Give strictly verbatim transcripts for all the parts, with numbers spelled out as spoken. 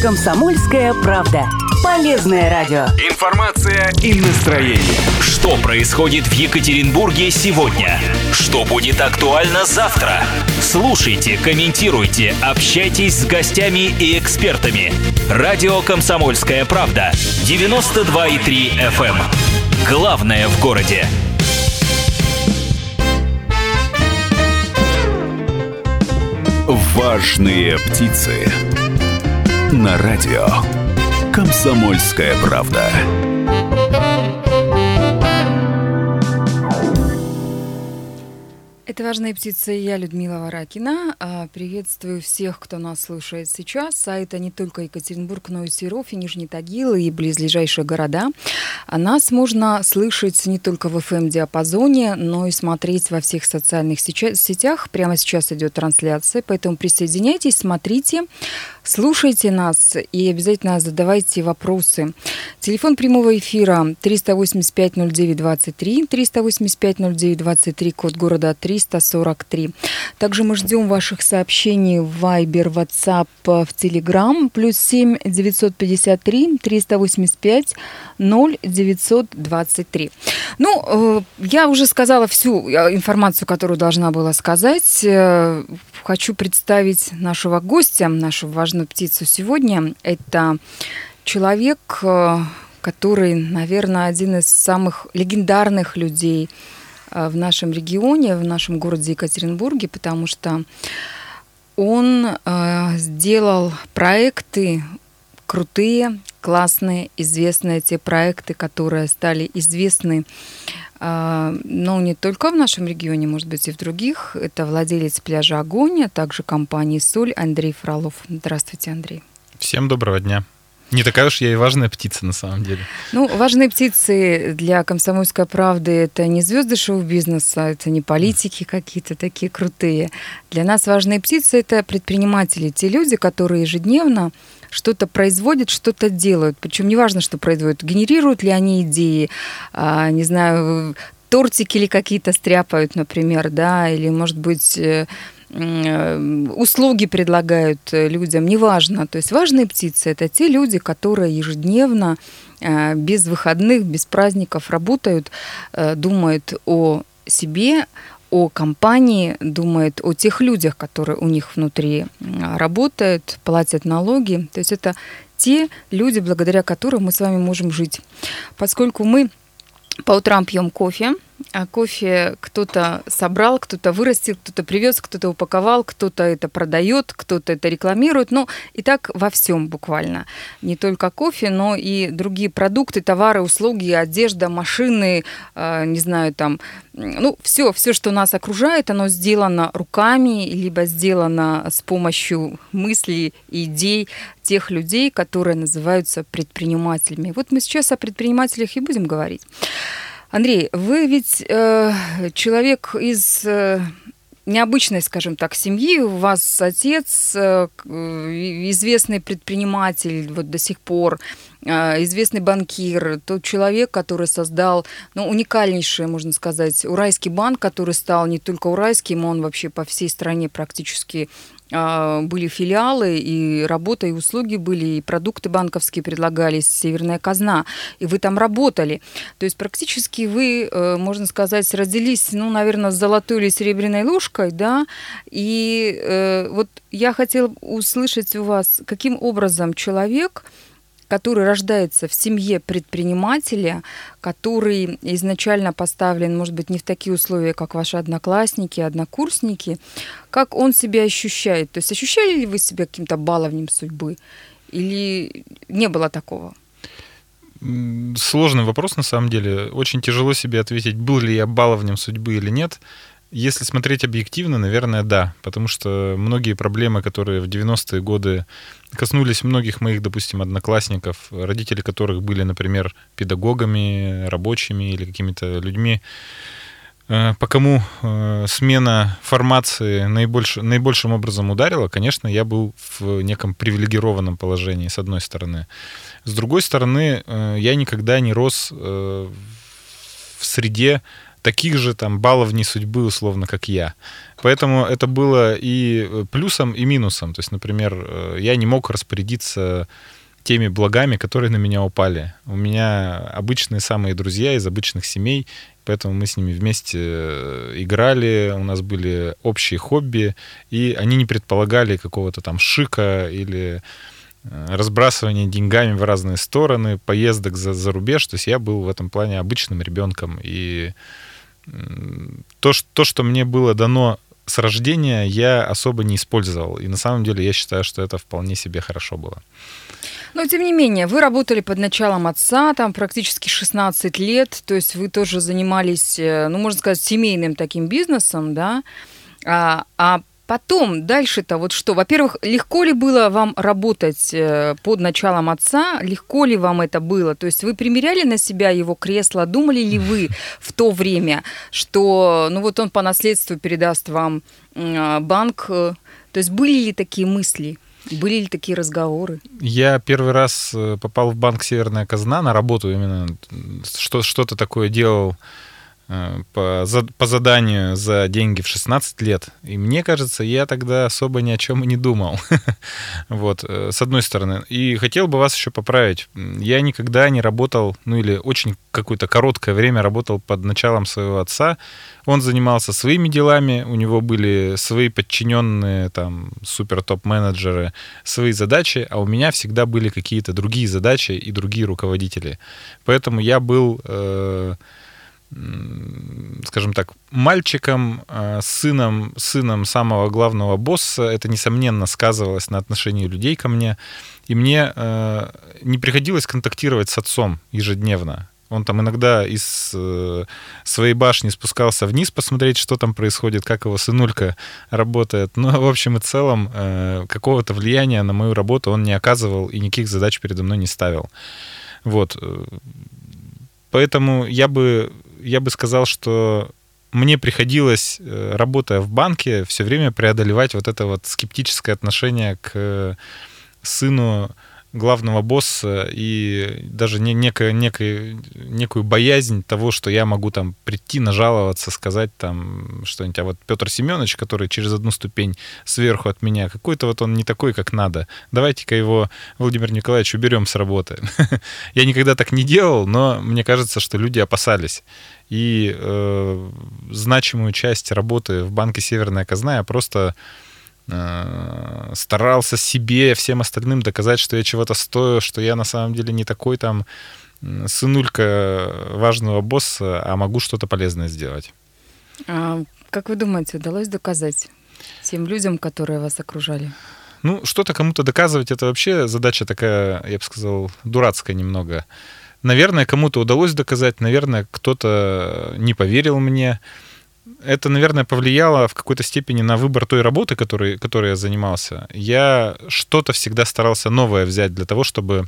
«Комсомольская правда». Полезное радио. Информация и настроение. Что происходит в Екатеринбурге сегодня? Что будет актуально завтра? Слушайте, комментируйте, общайтесь с гостями и экспертами. Радио «Комсомольская правда». девяносто два и три эф эм. Главное в городе. Важные птицы. На радио «Комсомольская правда». Это «Важные птицы», я Людмила Варакина. Приветствую всех, кто нас слушает сейчас. А это не только Екатеринбург, но и Серов, и Нижний Тагил, и близлежащие города. А нас можно слышать не только в эф эм-диапазоне, но и смотреть во всех социальных сетях. Прямо сейчас идет трансляция, поэтому присоединяйтесь, смотрите, слушайте нас и обязательно задавайте вопросы. Телефон прямого эфира триста восемьдесят пять ноль девять двадцать три, триста восемьдесят пять ноль девять двадцать три, код города триста сорок три. Также мы ждем ваших сообщений в Viber, WhatsApp, в Telegram, плюс семь девятьсот пятьдесят три триста восемьдесят пять ноль девятьсот двадцать три. Ну, я уже сказала всю информацию, которую должна была сказать. Хочу представить нашего гостя, нашу важную птицу сегодня. Это человек, который, наверное, один из самых легендарных людей в нашем регионе, в нашем городе Екатеринбурге, потому что он сделал проекты крутые, классные, известные, те проекты, которые стали известны, но не только в нашем регионе, может быть, и в других. Это владелец пляжа «Огонь», а также компании «Соль» Андрей Фролов. Здравствуйте, Андрей. Всем доброго дня. Не такая уж я и важная птица, на самом деле. Ну, важные птицы для «Комсомольской правды» — это не звезды шоу-бизнеса, это не политики какие-то такие крутые. Для нас важные птицы — это предприниматели, те люди, которые ежедневно что-то производят, что-то делают. Причем неважно, что производят. Генерируют ли они идеи, а, не знаю, тортики или какие-то стряпают, например, да, или, может быть, услуги предлагают людям, неважно. То есть важные птицы — это те люди, которые ежедневно, без выходных, без праздников работают, думают о себе, о компании, думают о тех людях, которые у них внутри работают, платят налоги. То есть это те люди, благодаря которым мы с вами можем жить. Поскольку мы по утрам пьем кофе, а кофе кто-то собрал, кто-то вырастил, кто-то привез, кто-то упаковал, кто-то это продает, кто-то это рекламирует. Ну, и так во всем буквально. Не только кофе, но и другие продукты, товары, услуги, одежда, машины, э, не знаю, там, ну, все, все, что нас окружает, оно сделано руками, либо сделано с помощью мыслей, идей тех людей, которые называются предпринимателями. Вот мы сейчас о предпринимателях и будем говорить. Андрей, вы ведь э, человек из э, необычной, скажем так, семьи. У вас отец э, известный предприниматель вот до сих пор, э, известный банкир, тот человек, который создал, ну, уникальнейший, можно сказать, Уральский банк, который стал не только уральским, он вообще по всей стране практически были филиалы, и работа, и услуги были, и продукты банковские предлагались, Северная казна, и вы там работали. То есть практически вы, можно сказать, родились, ну, наверное, с золотой или серебряной ложкой, да, и э, вот я хотела услышать у вас, каким образом человек, который рождается в семье предпринимателя, который изначально поставлен, может быть, не в такие условия, как ваши одноклассники, однокурсники, как он себя ощущает? То есть ощущали ли вы себя каким-то баловнем судьбы или не было такого? Сложный вопрос, на самом деле. Очень тяжело себе ответить, был ли я баловнем судьбы или нет. Если смотреть объективно, наверное, да, потому что многие проблемы, которые в девяностые годы коснулись многих моих, допустим, одноклассников, родители которых были, например, педагогами, рабочими или какими-то людьми, по кому смена формации наибольш, наибольшим образом ударила, конечно, я был в неком привилегированном положении, с одной стороны. С другой стороны, я никогда не рос в среде таких же там баловней судьбы, условно, как я. Поэтому это было и плюсом, и минусом. То есть, например, я не мог распорядиться теми благами, которые на меня упали. У меня обычные самые друзья из обычных семей, поэтому мы с ними вместе играли, у нас были общие хобби, и они не предполагали какого-то там шика или разбрасывания деньгами в разные стороны, поездок за, за рубеж. То есть я был в этом плане обычным ребенком. И то, то, что мне было дано с рождения, я особо не использовал. И на самом деле я считаю, что это вполне себе хорошо было. Но, тем не менее, вы работали под началом отца, там практически шестнадцать лет, то есть вы тоже занимались, ну, можно сказать, семейным таким бизнесом, да, а, а потом, дальше-то вот что? Во-первых, легко ли было вам работать под началом отца? Легко ли вам это было? То есть вы примеряли на себя его кресло? Думали ли вы в то время, что, ну, вот он по наследству передаст вам банк? То есть были ли такие мысли? Были ли такие разговоры? Я первый раз попал в банк «Северная казна» на работу именно. Что, что-то такое делал по, за, по заданию за деньги в шестнадцать лет. И мне кажется, я тогда особо ни о чем и не думал. Вот, с одной стороны. И хотел бы вас еще поправить. Я никогда не работал, ну или очень какое-то короткое время работал под началом своего отца. Он занимался своими делами, у него были свои подчиненные, там, супер-топ-менеджеры, свои задачи, а у меня всегда были какие-то другие задачи и другие руководители. Поэтому я был... Э- скажем так, мальчиком, сыном, сыном самого главного босса. Это, несомненно, сказывалось на отношении людей ко мне. И мне э, не приходилось контактировать с отцом ежедневно. Он там иногда из э, своей башни спускался вниз посмотреть, что там происходит, как его сынулька работает. Но, в общем и целом, э, какого-то влияния на мою работу он не оказывал и никаких задач передо мной не ставил. Вот. Поэтому я бы я бы сказал, что мне приходилось, работая в банке, все время преодолевать вот это вот скептическое отношение к сыну главного босса и даже не, некая, некая, некую боязнь того, что я могу там прийти, нажаловаться, сказать там что-нибудь. А вот Петр Семенович, который через одну ступень сверху от меня, какой-то вот он не такой, как надо. Давайте-ка его, Владимир Николаевич, уберем с работы. Я никогда так не делал, но мне кажется, что люди опасались. И э, значимую часть работы в банке «Северная казна» я просто... старался себе, всем остальным доказать, что я чего-то стою, что я на самом деле не такой там сынулька важного босса, а могу что-то полезное сделать. А как вы думаете, удалось доказать тем людям, которые вас окружали? Ну, что-то кому-то доказывать, это вообще задача такая, я бы сказал, дурацкая немного. Наверное, кому-то удалось доказать, наверное, кто-то не поверил мне. Это, наверное, повлияло в какой-то степени на выбор той работы, которой, которой я занимался. Я что-то всегда старался новое взять для того, чтобы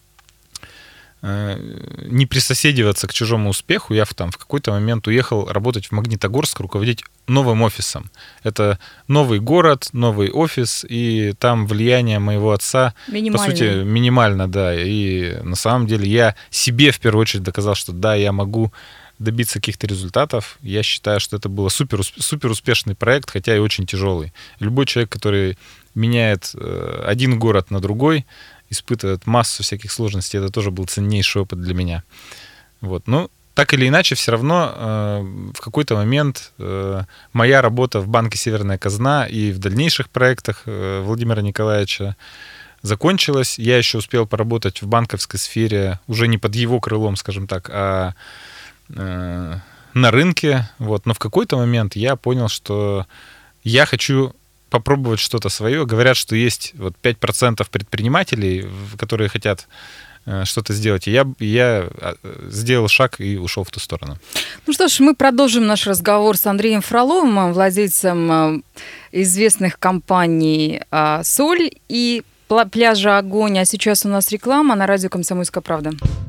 не присоседиваться к чужому успеху. Я в, там, в какой-то момент уехал работать в Магнитогорск, руководить новым офисом. Это новый город, новый офис, и там влияние моего отца, по сути, минимально, да. И на самом деле я себе в первую очередь доказал, что да, я могу добиться каких-то результатов. Я считаю, что это был супер, супер успешный проект, хотя и очень тяжелый. Любой человек, который меняет один город на другой, испытывает массу всяких сложностей, это тоже был ценнейший опыт для меня. Вот. Ну, так или иначе, все равно э, в какой-то момент э, моя работа в банке «Северная казна» и в дальнейших проектах э, Владимира Николаевича закончилась. Я еще успел поработать в банковской сфере, уже не под его крылом, скажем так, а э, на рынке. Вот. Но в какой-то момент я понял, что я хочу попробовать что-то свое. Говорят, что есть вот пять процентов предпринимателей, которые хотят что-то сделать. И я, я сделал шаг и ушел в ту сторону. Ну что ж, мы продолжим наш разговор с Андреем Фроловым, владельцем известных компаний «Соль» и пляжа «Огонь». А сейчас у нас реклама на радио «Комсомольская правда».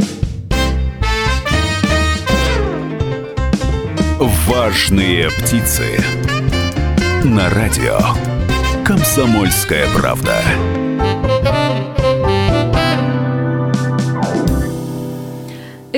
Важные птицы. На радио «Комсомольская правда».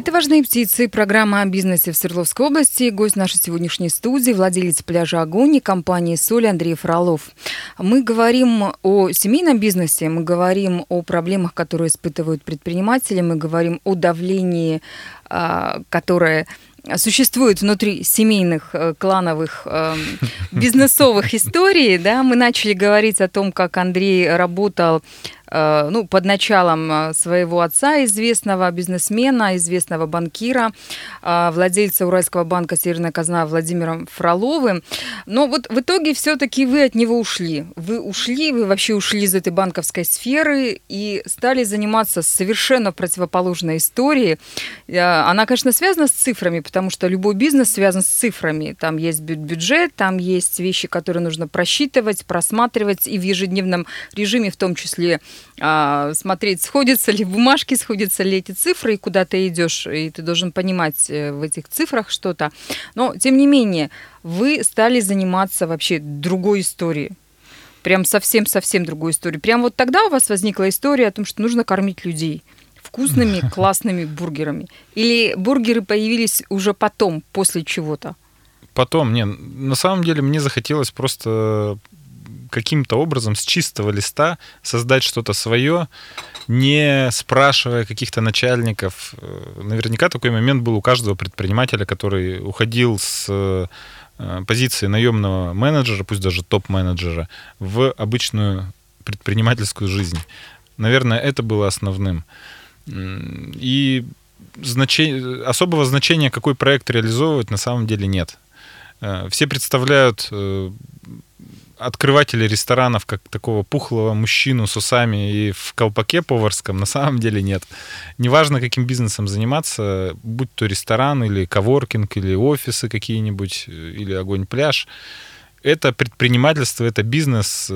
Это «Важные птицы», программа о бизнесе в Свердловской области. Гость нашей сегодняшней студии, владелец пляжа «Огонь» и компании «Соль» Андрей Фролов. Мы говорим о семейном бизнесе, мы говорим о проблемах, которые испытывают предприниматели, мы говорим о давлении, которое существует внутри семейных, клановых, бизнесовых историй. Да? Мы начали говорить о том, как Андрей работал ну, под началом своего отца, известного бизнесмена, известного банкира, владельца Уральского банка «Северная казна» Владимиром Фроловым. Но вот в итоге все-таки вы от него ушли. Вы ушли, вы вообще ушли из этой банковской сферы и стали заниматься совершенно противоположной историей. Она, конечно, связана с цифрами, потому что любой бизнес связан с цифрами. Там есть бюджет, там есть вещи, которые нужно просчитывать, просматривать и в ежедневном режиме в том числе смотреть, сходятся ли бумажки, сходятся ли эти цифры, и куда ты идешь, и ты должен понимать в этих цифрах что-то. Но, тем не менее, вы стали заниматься вообще другой историей. Прям совсем-совсем другой историей. Прям вот тогда у вас возникла история о том, что нужно кормить людей вкусными, классными бургерами. Или бургеры появились уже потом, после чего-то? Потом, не, на самом деле мне захотелось просто каким-то образом с чистого листа создать что-то свое, не спрашивая каких-то начальников. Наверняка такой момент был у каждого предпринимателя, который уходил с позиции наемного менеджера, пусть даже топ-менеджера, в обычную предпринимательскую жизнь. Наверное, это было основным. И значение, особого значения, какой проект реализовывать, на самом деле нет. Все представляют открывателей ресторанов как такого пухлого мужчину с усами и в колпаке поварском. На самом деле нет. Неважно, каким бизнесом заниматься, будь то ресторан или коворкинг, или офисы какие-нибудь, или огонь-пляж. Это предпринимательство, это бизнес,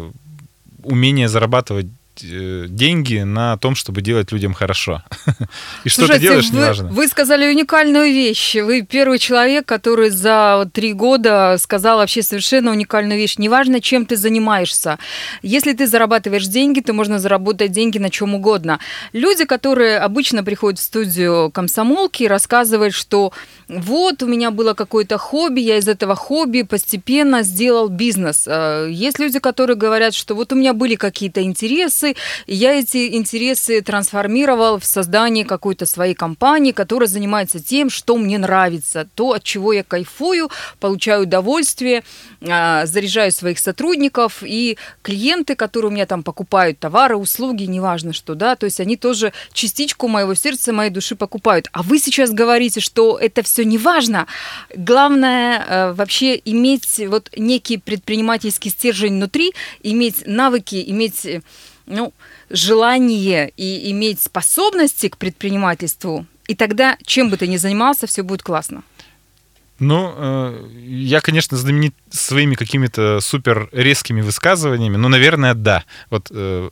умение зарабатывать деньги на том, чтобы делать людям хорошо. И что ты делаешь, вы, неважно. Вы сказали уникальную вещь. Вы первый человек, который за три года сказал вообще совершенно уникальную вещь. Неважно, чем ты занимаешься. Если ты зарабатываешь деньги, то можно заработать деньги на чем угодно. Люди, которые обычно приходят в студию комсомолки и рассказывают, что вот у меня было какое-то хобби, я из этого хобби постепенно сделал бизнес. Есть люди, которые говорят, что вот у меня были какие-то интересы, и я эти интересы трансформировал в создание какой-то своей компании, которая занимается тем, что мне нравится, то, от чего я кайфую, получаю удовольствие, заряжаю своих сотрудников, и клиенты, которые у меня там покупают товары, услуги, неважно что, да, то есть они тоже частичку моего сердца, моей души покупают. А вы сейчас говорите, что это все не важно. Главное вообще иметь вот некий предпринимательский стержень внутри, иметь навыки, иметь ну, желание и иметь способности к предпринимательству, и тогда, чем бы ты ни занимался, все будет классно. Ну, я, конечно, знаменит своими какими-то супер резкими высказываниями, но, наверное, да. Вот,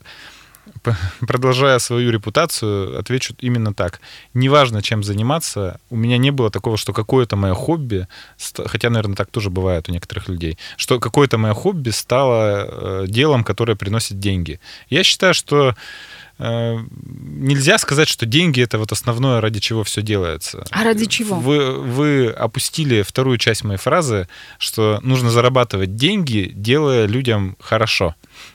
продолжая свою репутацию, отвечу именно так. Неважно, чем заниматься, у меня не было такого, что какое-то мое хобби, хотя, наверное, так тоже бывает у некоторых людей, что какое-то мое хобби стало делом, которое приносит деньги. Я считаю, что нельзя сказать, что деньги — это вот основное, ради чего все делается. А ради чего? Вы, вы опустили вторую часть моей фразы, что нужно зарабатывать деньги, делая людям хорошо.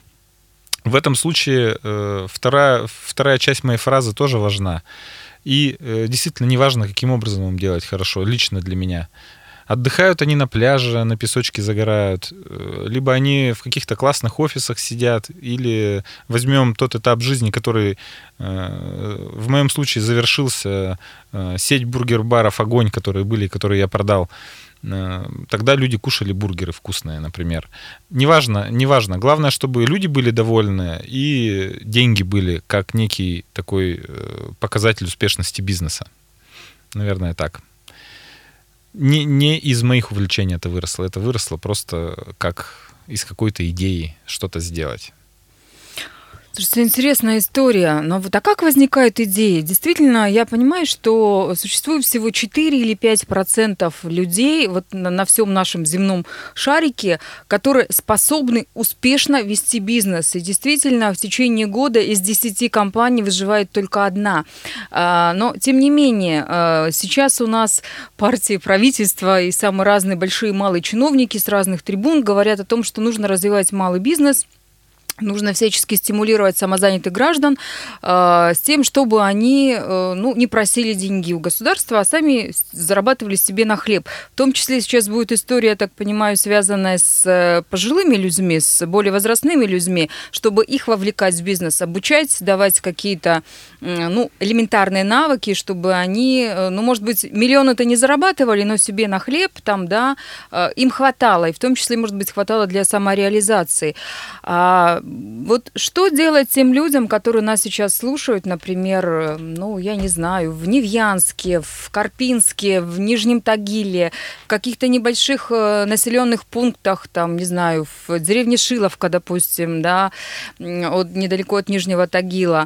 В этом случае э, вторая, вторая часть моей фразы тоже важна. И э, действительно не важно, каким образом им делать хорошо, лично для меня. Отдыхают они на пляже, на песочке загорают, э, либо они в каких-то классных офисах сидят, или возьмем тот этап жизни, который э, в моем случае завершился, э, сеть бургер-баров «Огонь», которые были, которые я продал. Тогда люди кушали бургеры вкусные, например. Неважно, неважно. Главное, чтобы люди были довольны и деньги были как некий такой показатель успешности бизнеса. Наверное, так. Не, не из моих увлечений это выросло. Это выросло просто как из какой-то идеи что-то сделать. Слушайте, интересная история. Но вот а как возникают идеи? Действительно, я понимаю, что существует всего четыре или пять процентов людей вот на, на всем нашем земном шарике, которые способны успешно вести бизнес. И действительно, в течение года из десяти компаний выживает только одна. Но, тем не менее, сейчас у нас партии, правительства и самые разные большие и малые чиновники с разных трибун говорят о том, что нужно развивать малый бизнес. Нужно всячески стимулировать самозанятых граждан э, с тем, чтобы они э, ну, не просили деньги у государства, а сами зарабатывали себе на хлеб. В том числе сейчас будет история, я так понимаю, связанная с э, пожилыми людьми, с более возрастными людьми, чтобы их вовлекать в бизнес, обучать, давать какие-то э, ну, элементарные навыки, чтобы они, э, ну, может быть, миллион-то не зарабатывали, но себе на хлеб там, да, э, им хватало, и в том числе, может быть, хватало для самореализации. А вот что делать тем людям, которые нас сейчас слушают, например, ну, я не знаю, в Невьянске, в Карпинске, в Нижнем Тагиле, в каких-то небольших населенных пунктах, там, не знаю, в деревне Шиловка, допустим, да, от, недалеко от Нижнего Тагила.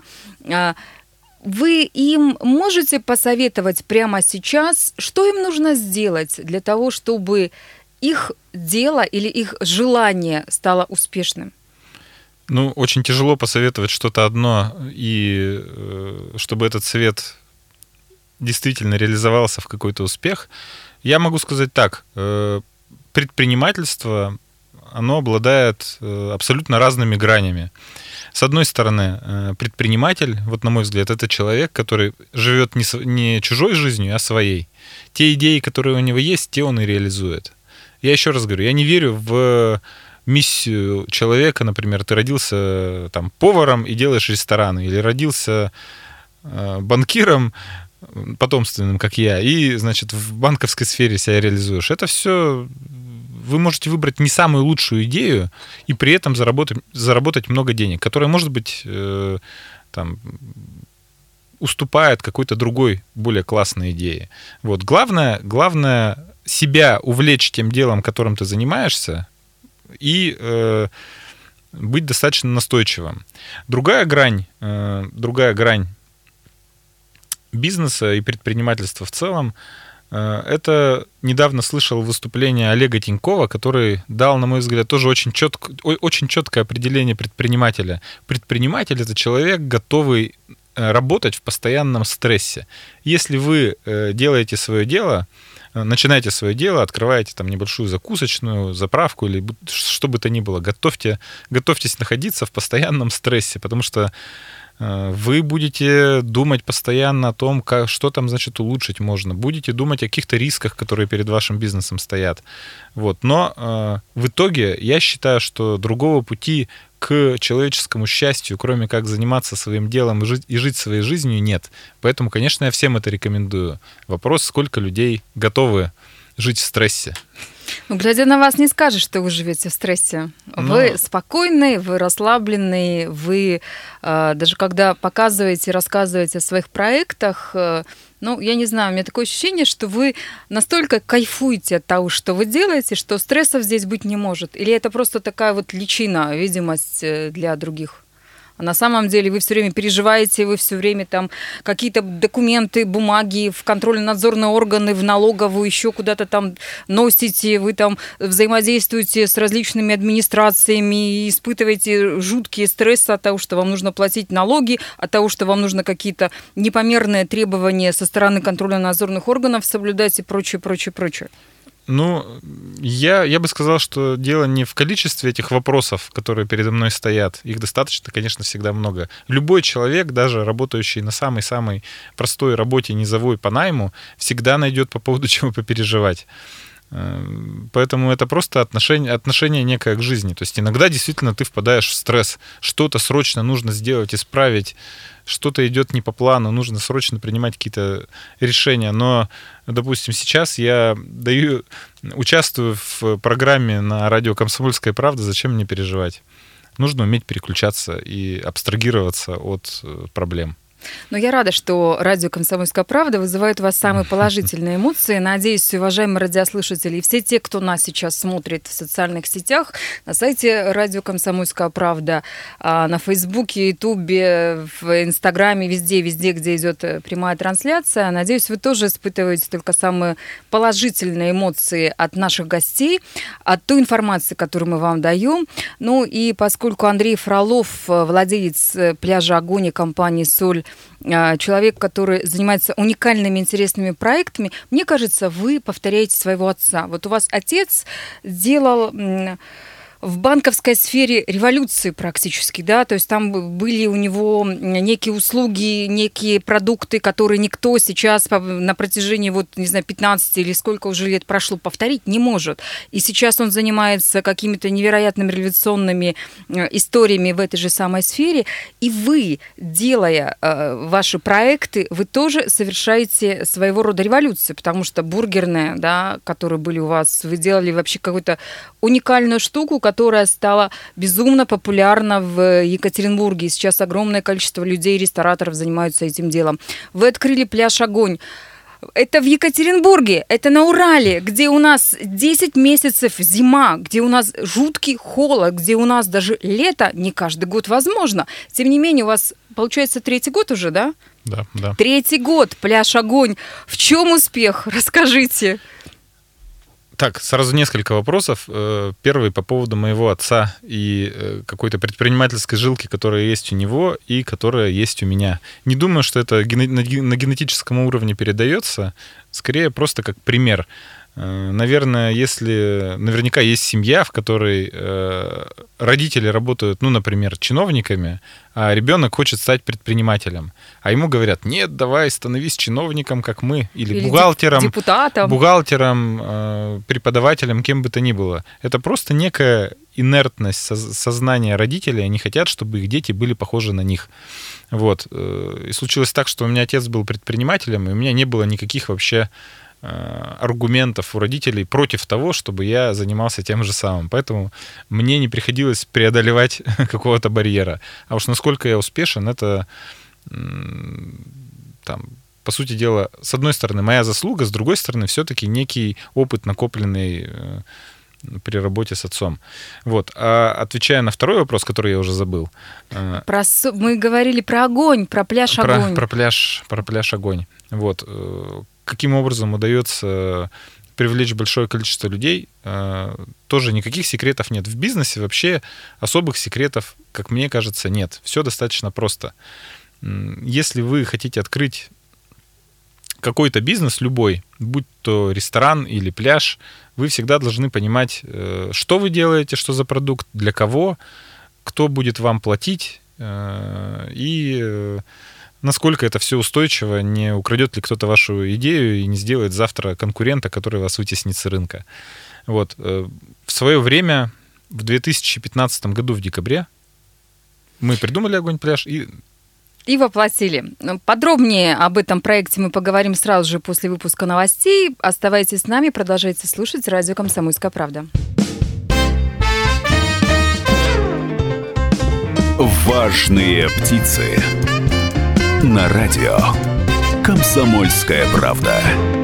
Вы им можете посоветовать прямо сейчас, что им нужно сделать для того, чтобы их дело или их желание стало успешным? Ну, очень тяжело посоветовать что-то одно, и чтобы этот совет действительно реализовался в какой-то успех. Я могу сказать так, предпринимательство, оно обладает абсолютно разными гранями. С одной стороны, предприниматель, вот на мой взгляд, это человек, который живет не чужой жизнью, а своей. Те идеи, которые у него есть, те он и реализует. Я еще раз говорю, я не верю в миссию человека, например, ты родился там поваром и делаешь рестораны, или родился э, банкиром потомственным, как я, и, значит, в банковской сфере себя реализуешь. Это все вы можете выбрать не самую лучшую идею и при этом заработать, заработать много денег, которая, может быть, э, там, уступает какой-то другой, более классной идее. Вот. Главное, главное себя увлечь тем делом, которым ты занимаешься, и э, быть достаточно настойчивым. Другая грань, э, другая грань бизнеса и предпринимательства в целом, э, это недавно слышал выступление Олега Тинькова, который дал, на мой взгляд, тоже очень, четко, очень четкое определение предпринимателя. Предприниматель — это человек, готовый работать в постоянном стрессе. Если вы э, делаете свое дело, начинаете свое дело, открываете там небольшую закусочную, заправку или что бы то ни было, готовьте, готовьтесь находиться в постоянном стрессе, потому что э, вы будете думать постоянно о том, как, что там, значит, улучшить можно, будете думать о каких-то рисках, которые перед вашим бизнесом стоят. Вот. Но э, в итоге я считаю, что другого пути к человеческому счастью, кроме как заниматься своим делом и жить, и жить своей жизнью, нет. Поэтому, конечно, я всем это рекомендую. Вопрос, сколько людей готовы жить в стрессе. Ну, глядя на вас, не скажешь, что вы живете в стрессе. Но... Вы спокойный, вы расслабленный, вы э, даже когда показываете, рассказываете о своих проектах, э, ну, я не знаю, у меня такое ощущение, что вы настолько кайфуете от того, что вы делаете, что стрессов здесь быть не может. Или это просто такая вот личина, видимость для других? А на самом деле вы все время переживаете, вы все время там какие-то документы, бумаги в контрольно-надзорные органы, в налоговую, еще куда-то там носите, вы там взаимодействуете с различными администрациями и испытываете жуткие стрессы от того, что вам нужно платить налоги, от того, что вам нужно какие-то непомерные требования со стороны контрольно-надзорных органов соблюдать и прочее, прочее, прочее. Ну, я, я бы сказал, что дело не в количестве этих вопросов, которые передо мной стоят. Их достаточно, конечно, всегда много. Любой человек, даже работающий на самой-самой простой работе, низовой по найму, всегда найдет по поводу чего попереживать. Поэтому это просто отношение, отношение некое к жизни. То есть иногда действительно ты впадаешь в стресс. Что-то срочно нужно сделать, исправить. Что-то идет не по плану, нужно срочно принимать какие-то решения. Но, допустим, сейчас я даю, участвую в программе на радио «Комсомольская правда». Зачем мне переживать? Нужно уметь переключаться и абстрагироваться от проблем. Но я рада, что радио «Комсомольская правда» вызывает у вас самые положительные эмоции. Надеюсь, уважаемые радиослушатели, и все те, кто нас сейчас смотрит в социальных сетях, на сайте радио «Комсомольская правда», на Фейсбуке, Ютубе, в Инстаграме, везде, везде, где идет прямая трансляция. Надеюсь, вы тоже испытываете только самые положительные эмоции от наших гостей, от той информации, которую мы вам даем. Ну и поскольку Андрей Фролов, владелец пляжа «Огонь» и компании «Соль», человек, который занимается уникальными, интересными проектами, мне кажется, вы повторяете своего отца. Вот у вас отец делал в банковской сфере революции практически, да, то есть там были у него некие услуги, некие продукты, которые никто сейчас на протяжении, вот, не знаю, пятнадцати или сколько уже лет прошло, повторить не может. И сейчас он занимается какими-то невероятными революционными историями в этой же самой сфере. И вы, делая э, ваши проекты, вы тоже совершаете своего рода революцию, потому что бургерные, да, которые были у вас, вы делали вообще какую-то уникальную штуку, которая стала безумно популярна в Екатеринбурге. Сейчас огромное количество людей, рестораторов занимаются этим делом. Вы открыли пляж «Огонь». Это в Екатеринбурге, это на Урале, где у нас десять месяцев зима, где у нас жуткий холод, где у нас даже лето не каждый год возможно. Тем не менее, у вас, получается, третий год уже, да? Да, да. Третий год, пляж «Огонь». В чем успех? Расскажите. Так, сразу несколько вопросов. Первый по поводу моего отца и какой-то предпринимательской жилки, которая есть у него и которая есть у меня. Не думаю, что это на генетическом уровне передается, скорее просто как пример. Наверное, если наверняка есть семья, в которой родители работают, ну, например, чиновниками, а ребенок хочет стать предпринимателем, а ему говорят: нет, давай становись чиновником, как мы, или, или бухгалтером, депутатом, бухгалтером, преподавателем, кем бы то ни было. Это просто некая инертность сознания родителей. Они хотят, чтобы их дети были похожи на них. Вот. И случилось так, что у меня отец был предпринимателем, и у меня не было никаких вообще аргументов у родителей против того, чтобы я занимался тем же самым. Поэтому мне не приходилось преодолевать какого-то барьера. А уж насколько я успешен, это, там, по сути дела, с одной стороны, моя заслуга, с другой стороны, все-таки некий опыт, накопленный при работе с отцом. Вот. А отвечая на второй вопрос, который я уже забыл. Про, мы говорили про огонь, про пляж «Огонь». Про, про, пляж, про пляж «Огонь». Вот. Каким образом удается привлечь большое количество людей, тоже никаких секретов нет. В бизнесе вообще особых секретов, как мне кажется, нет. Все достаточно просто. Если вы хотите открыть какой-то бизнес, любой, будь то ресторан или пляж, вы всегда должны понимать, что вы делаете, что за продукт, для кого, кто будет вам платить и насколько это все устойчиво, не украдет ли кто-то вашу идею и не сделает завтра конкурента, который вас вытеснит с рынка. Вот. В свое время, в две тысячи пятнадцатом году, в декабре, мы придумали «Огонь-пляж» и... И воплотили. Подробнее об этом проекте мы поговорим сразу же после выпуска новостей. Оставайтесь с нами, продолжайте слушать радио «Комсомольская правда». Важные птицы. На радио «Комсомольская правда».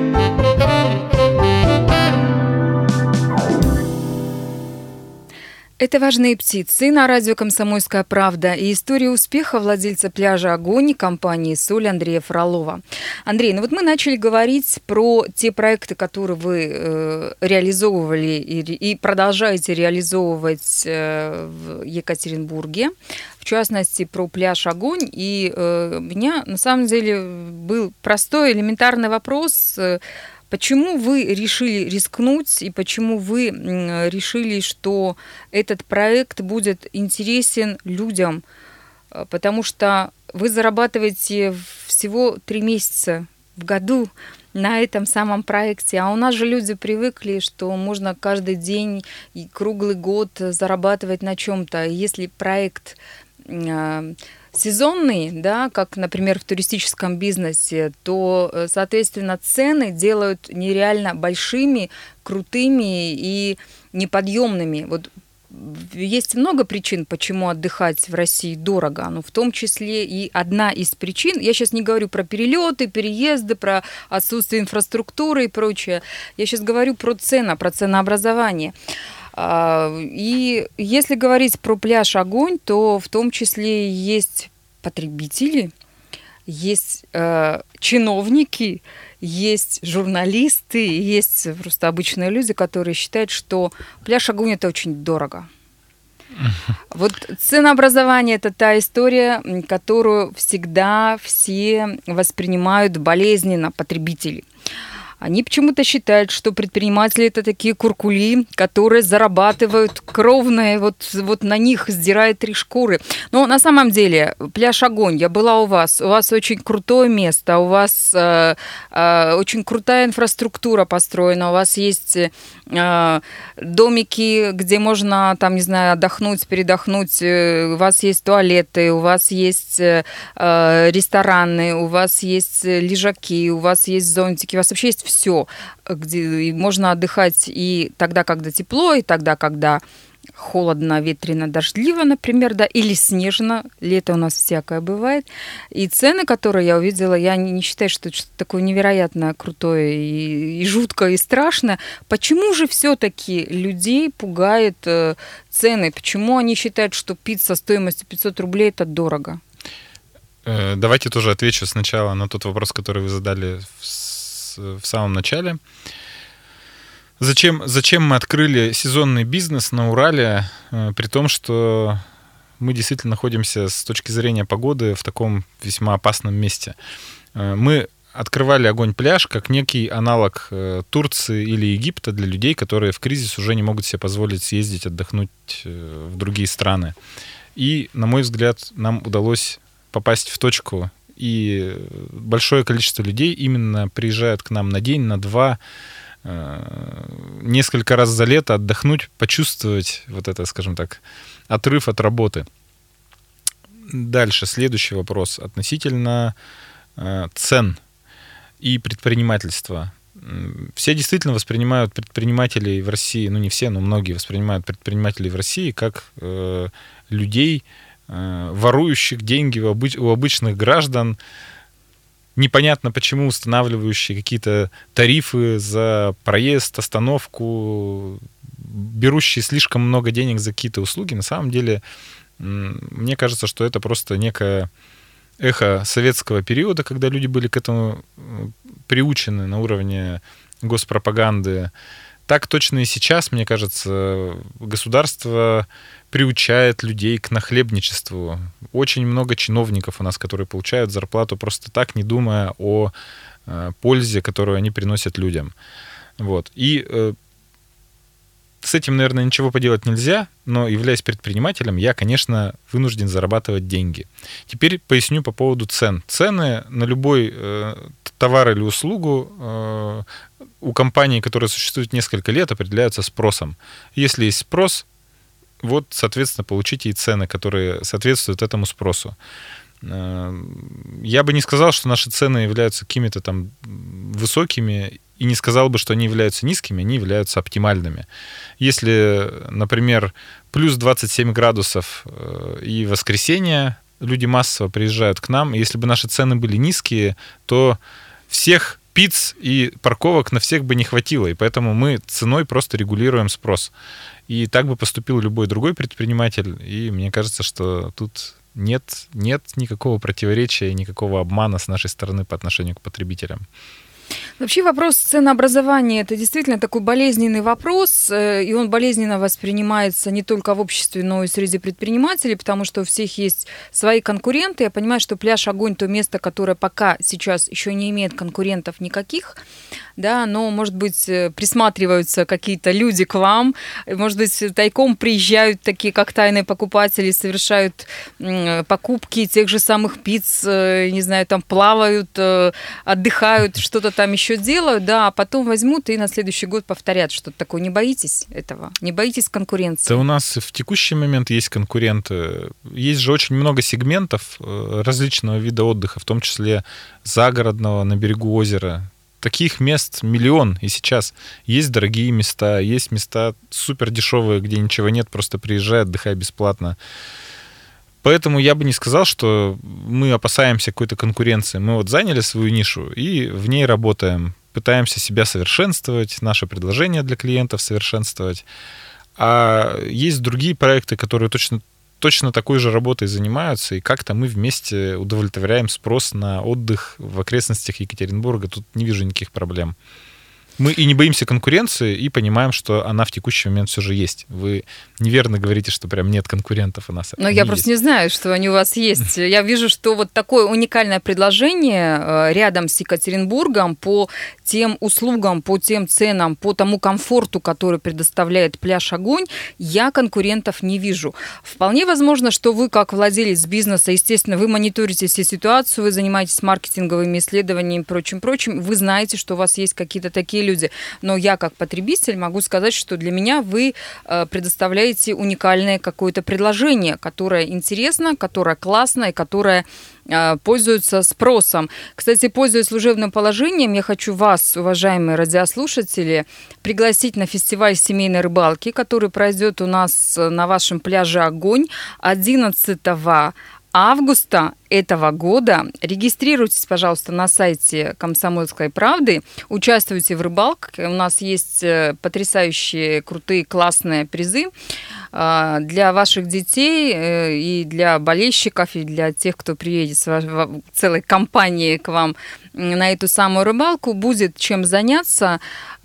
Это «Важные птицы» на радио «Комсомольская правда» и история успеха владельца пляжа «Огонь» компании «Соль» Андрея Фролова. Андрей, ну вот мы начали говорить про те проекты, которые вы э, реализовывали и, и продолжаете реализовывать э, в Екатеринбурге. В частности, про пляж «Огонь». И э, у меня, на самом деле, был простой, элементарный вопрос. Почему вы решили рискнуть и почему вы решили, что этот проект будет интересен людям? Потому что вы зарабатываете всего три месяца в году на этом самом проекте. А у нас же люди привыкли, что можно каждый день и круглый год зарабатывать на чем-то. Если проект сезонный, да, как, например, в туристическом бизнесе, то, соответственно, цены делают нереально большими, крутыми и неподъемными. Вот есть много причин, почему отдыхать в России дорого, но в том числе и одна из причин, я сейчас не говорю про перелеты, переезды, про отсутствие инфраструктуры и прочее, я сейчас говорю про цены, про ценообразование. И если говорить про пляж «Огонь», то в том числе есть потребители, есть э, чиновники, есть журналисты, есть просто обычные люди, которые считают, что пляж «Огонь» – это очень дорого. Вот ценообразование – это та история, которую всегда все воспринимают болезненно, потребители. Они почему-то считают, что предприниматели – это такие куркули, которые зарабатывают кровные, вот, вот на них сдирают три шкуры. Но на самом деле, пляж «Огонь», я была у вас, у вас очень крутое место, у вас э, э, очень крутая инфраструктура построена, у вас есть э, домики, где можно, там, не знаю, отдохнуть, передохнуть, у вас есть туалеты, у вас есть э, рестораны, у вас есть лежаки, у вас есть зонтики, у вас вообще есть все, где можно отдыхать и тогда, когда тепло, и тогда, когда холодно, ветрено, дождливо, например, да, или снежно, лето у нас всякое бывает. И цены, которые я увидела, я не, не считаю, что это что-то такое невероятно крутое и, и жуткое, и страшное. Почему же все-таки людей пугают э, цены? Почему они считают, что пицца стоимостью пятьсот рублей – это дорого? Давайте тоже отвечу сначала на тот вопрос, который вы задали в в самом начале. Зачем, зачем мы открыли сезонный бизнес на Урале, при том, что мы действительно находимся с точки зрения погоды в таком весьма опасном месте? Мы открывали «Огонь-пляж» как некий аналог Турции или Египта для людей, которые в кризис уже не могут себе позволить съездить, отдохнуть в другие страны. И, на мой взгляд, нам удалось попасть в точку, и большое количество людей именно приезжают к нам на день, на два, несколько раз за лето отдохнуть, почувствовать вот это, скажем так, отрыв от работы. Дальше, следующий вопрос относительно цен и предпринимательства. Все действительно воспринимают предпринимателей в России, ну не все, но многие воспринимают предпринимателей в России как э, людей, ворующих деньги у, обыч- у обычных граждан, непонятно почему устанавливающие какие-то тарифы за проезд, остановку, берущие слишком много денег за какие-то услуги. На самом деле, мне кажется, что это просто некое эхо советского периода, когда люди были к этому приучены на уровне госпропаганды. Так точно и сейчас, мне кажется, государство приучает людей к нахлебничеству. Очень много чиновников у нас, которые получают зарплату просто так, не думая о э, пользе, которую они приносят людям. Вот. И э, с этим, наверное, ничего поделать нельзя, но, являясь предпринимателем, я, конечно, вынужден зарабатывать деньги. Теперь поясню по поводу цен. Цены на любой э, товар или услугу э, у компаний, которые существуют несколько лет, определяются спросом. Если есть спрос, вот, соответственно, получите и цены, которые соответствуют этому спросу. Я бы не сказал, что наши цены являются какими-то там высокими, и не сказал бы, что они являются низкими, они являются оптимальными. Если, например, плюс двадцать семь градусов и воскресенье, люди массово приезжают к нам, и если бы наши цены были низкие, то всех пиц и парковок на всех бы не хватило, и поэтому мы ценой просто регулируем спрос. И так бы поступил любой другой предприниматель, и мне кажется, что тут нет, нет никакого противоречия и никакого обмана с нашей стороны по отношению к потребителям. Вообще вопрос ценообразования – это действительно такой болезненный вопрос, и он болезненно воспринимается не только в обществе, но и среди предпринимателей, потому что у всех есть свои конкуренты. Я понимаю, что пляж «Огонь» – то место, которое пока сейчас еще не имеет конкурентов никаких, да, но, может быть, присматриваются какие-то люди к вам, может быть, тайком приезжают такие, как тайные покупатели, совершают покупки тех же самых пиц, не знаю, там плавают, отдыхают, что-то там еще делают, да, а потом возьмут и на следующий год повторят что-то такое. Не боитесь этого? Не боитесь конкуренции? Да у нас в текущий момент есть конкуренты. Есть же очень много сегментов различного вида отдыха, в том числе загородного, на берегу озера. таких мест миллион и сейчас. Есть дорогие места, есть места супер дешевые, где ничего нет, просто приезжай, отдыхай бесплатно. Поэтому я бы не сказал, что мы опасаемся какой-то конкуренции. Мы вот заняли свою нишу и в ней работаем. Пытаемся себя совершенствовать, наши предложения для клиентов совершенствовать. А есть другие проекты, которые точно, точно такой же работой занимаются, и как-то мы вместе удовлетворяем спрос на отдых в окрестностях Екатеринбурга. Тут не вижу никаких проблем. Мы и не боимся конкуренции, и понимаем, что она в текущий момент все же есть. Вы неверно говорите, что прям нет конкурентов у нас. Но я просто не знаю, что они у вас есть. Я вижу, что вот такое уникальное предложение рядом с Екатеринбургом по тем услугам, по тем ценам, по тому комфорту, который предоставляет пляж «Огонь», я конкурентов не вижу. Вполне возможно, что вы, как владелец бизнеса, естественно, вы мониторите всю ситуацию, вы занимаетесь маркетинговыми исследованиями и прочим-прочим, вы знаете, что у вас есть какие-то такие люди. Но я, как потребитель, могу сказать, что для меня вы предоставляете уникальное какое-то предложение, которое интересно, которое классно и которое пользуются спросом. Кстати, пользуясь служебным положением, я хочу вас, уважаемые радиослушатели, пригласить на фестиваль семейной рыбалки, который пройдет у нас на вашем пляже «Огонь» одиннадцатого августа этого года. Регистрируйтесь, пожалуйста, на сайте «Комсомольской правды», участвуйте в рыбалке. У нас есть потрясающие, крутые, классные призы для ваших детей и для болельщиков, и для тех, кто приедет с целой компанией к вам на эту самую рыбалку. Будет чем заняться.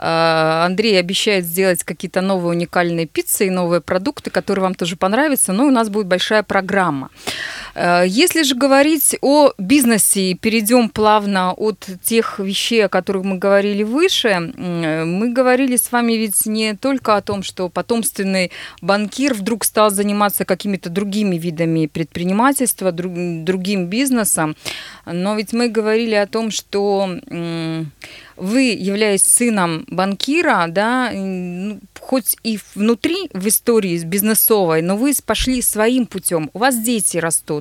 Андрей обещает сделать какие-то новые уникальные пиццы и новые продукты, которые вам тоже понравятся. Но у нас будет большая программа. Если же говорить о бизнесе, перейдем плавно от тех вещей, о которых мы говорили выше. Мы говорили с вами ведь не только о том, что потомственный банкир вдруг стал заниматься какими-то другими видами предпринимательства, друг, другим бизнесом, но ведь мы говорили о том, что вы, являясь сыном банкира, да, хоть и внутри в истории бизнесовой, но вы пошли своим путем, у вас дети растут.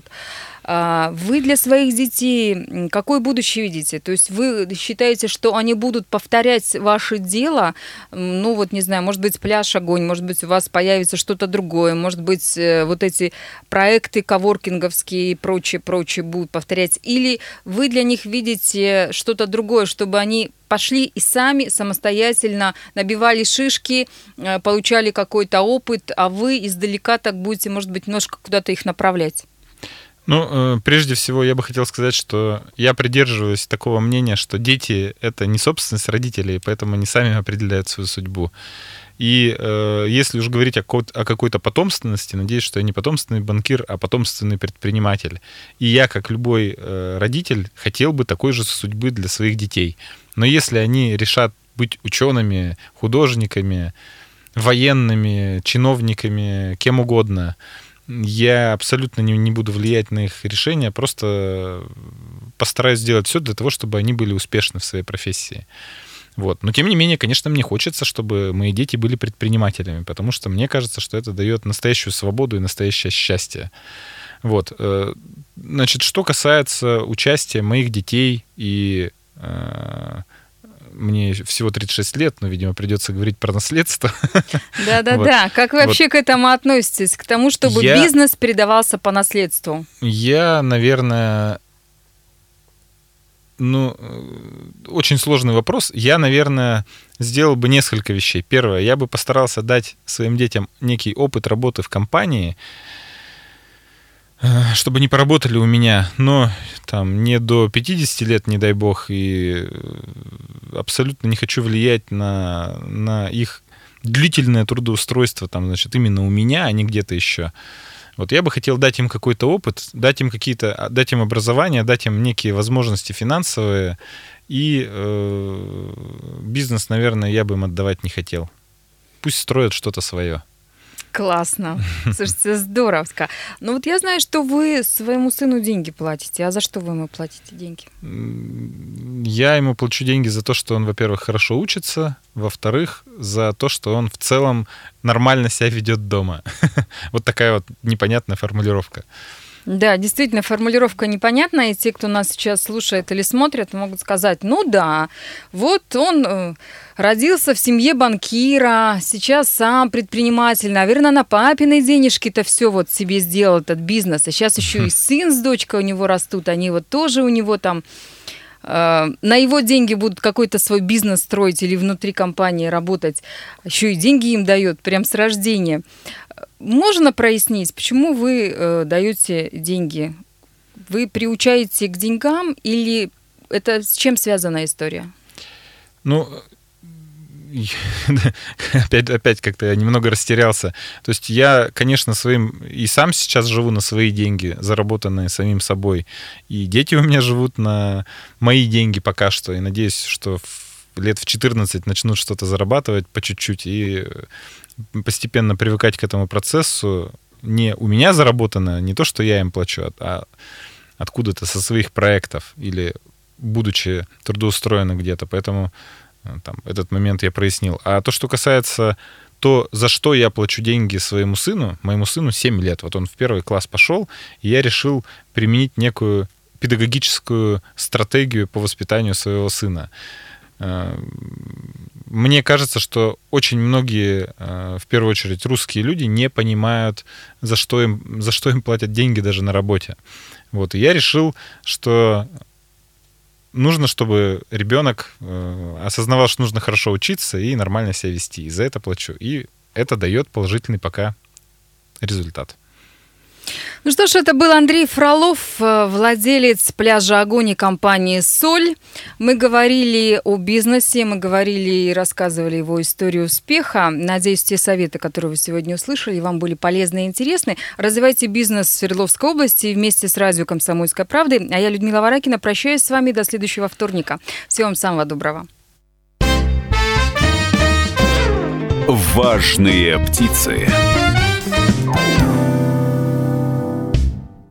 Вы для своих детей какое будущее видите? То есть вы считаете, что они будут повторять ваше дело? Ну вот, не знаю, может быть, пляж «Огонь», может быть, у вас появится что-то другое, может быть, вот эти проекты коворкинговские и прочее, прочее будут повторять. Или вы для них видите что-то другое, чтобы они пошли и сами самостоятельно набивали шишки, получали какой-то опыт, а вы издалека так будете, может быть, немножко куда-то их направлять? Ну, прежде всего, я бы хотел сказать, что я придерживаюсь такого мнения, что дети — это не собственность родителей, поэтому они сами определяют свою судьбу. И э, если уж говорить о, о какой-то потомственности, надеюсь, что я не потомственный банкир, а потомственный предприниматель. И я, как любой э, родитель, хотел бы такой же судьбы для своих детей. Но если они решат быть учеными, художниками, военными, чиновниками, кем угодно, я абсолютно не, не буду влиять на их решения, просто постараюсь сделать все для того, чтобы они были успешны в своей профессии. Вот. Но тем не менее, конечно, мне хочется, чтобы мои дети были предпринимателями, потому что мне кажется, что это дает настоящую свободу и настоящее счастье. Вот. Значит, что касается участия моих детей, и э, мне всего тридцать шесть лет, но, видимо, придется говорить про наследство. Да-да-да. Вот. Как вы вообще вот. К этому относитесь? К тому, чтобы я, бизнес передавался по наследству? Я, наверное... Ну, очень сложный вопрос. Я, наверное, сделал бы несколько вещей. Первое, я бы постарался дать своим детям некий опыт работы в компании, чтобы они поработали у меня, но там не до пятидесяти лет, не дай бог, и абсолютно не хочу влиять на, на их длительное трудоустройство, там, значит, именно у меня, а не где-то еще. Вот я бы хотел дать им какой-то опыт, дать им какие-то, дать им образование, дать им некие возможности финансовые, и э, бизнес, наверное, я бы им отдавать не хотел. Пусть строят что-то свое. Классно. Слушайте, здоровско. Ну вот я знаю, что вы своему сыну деньги платите. А за что вы ему платите деньги? Я ему плачу деньги за то, что он, во-первых, хорошо учится, во-вторых, за то, что он в целом нормально себя ведет дома. Вот такая вот непонятная формулировка. Да, действительно, формулировка непонятная, и те, кто нас сейчас слушает или смотрит, могут сказать, ну да, вот он родился в семье банкира, сейчас сам предприниматель, наверное, на папиной денежки-то все вот себе сделал этот бизнес, а сейчас еще и сын с дочкой у него растут, они вот тоже у него там э, на его деньги будут какой-то свой бизнес строить или внутри компании работать, еще и деньги им дает прям с рождения. Можно прояснить, почему вы э, даете деньги? Вы приучаете к деньгам или это с чем связана история? Ну, опять, опять как-то я немного растерялся. То есть я, конечно, своим и сам сейчас живу на свои деньги, заработанные самим собой. И дети у меня живут на мои деньги пока что. И надеюсь, что в лет в четырнадцать начнут что-то зарабатывать по чуть-чуть и постепенно привыкать к этому процессу. Не у меня заработано, не то, что я им плачу, а откуда-то со своих проектов или будучи трудоустроены где-то. Поэтому там, этот момент я прояснил. А то, что касается то, за что я плачу деньги своему сыну, моему сыну семь лет. Вот он в первый класс пошел, и я решил применить некую педагогическую стратегию по воспитанию своего сына. Мне кажется, что очень многие, в первую очередь, русские люди не понимают, за что им, за что им платят деньги даже на работе. Вот. И я решил, что нужно, чтобы ребенок осознавал, что нужно хорошо учиться и нормально себя вести. И за это плачу. И это дает положительный пока результат. Ну что ж, это был Андрей Фролов, владелец пляжа «Огонь» и компании «Соль». Мы говорили о бизнесе, мы говорили и рассказывали его историю успеха. Надеюсь, те советы, которые вы сегодня услышали, вам были полезны и интересны. Развивайте бизнес в Свердловской области вместе с радио «Комсомольская правда». А я, Людмила Варакина, прощаюсь с вами до следующего вторника. Всего вам самого доброго. Важные птицы.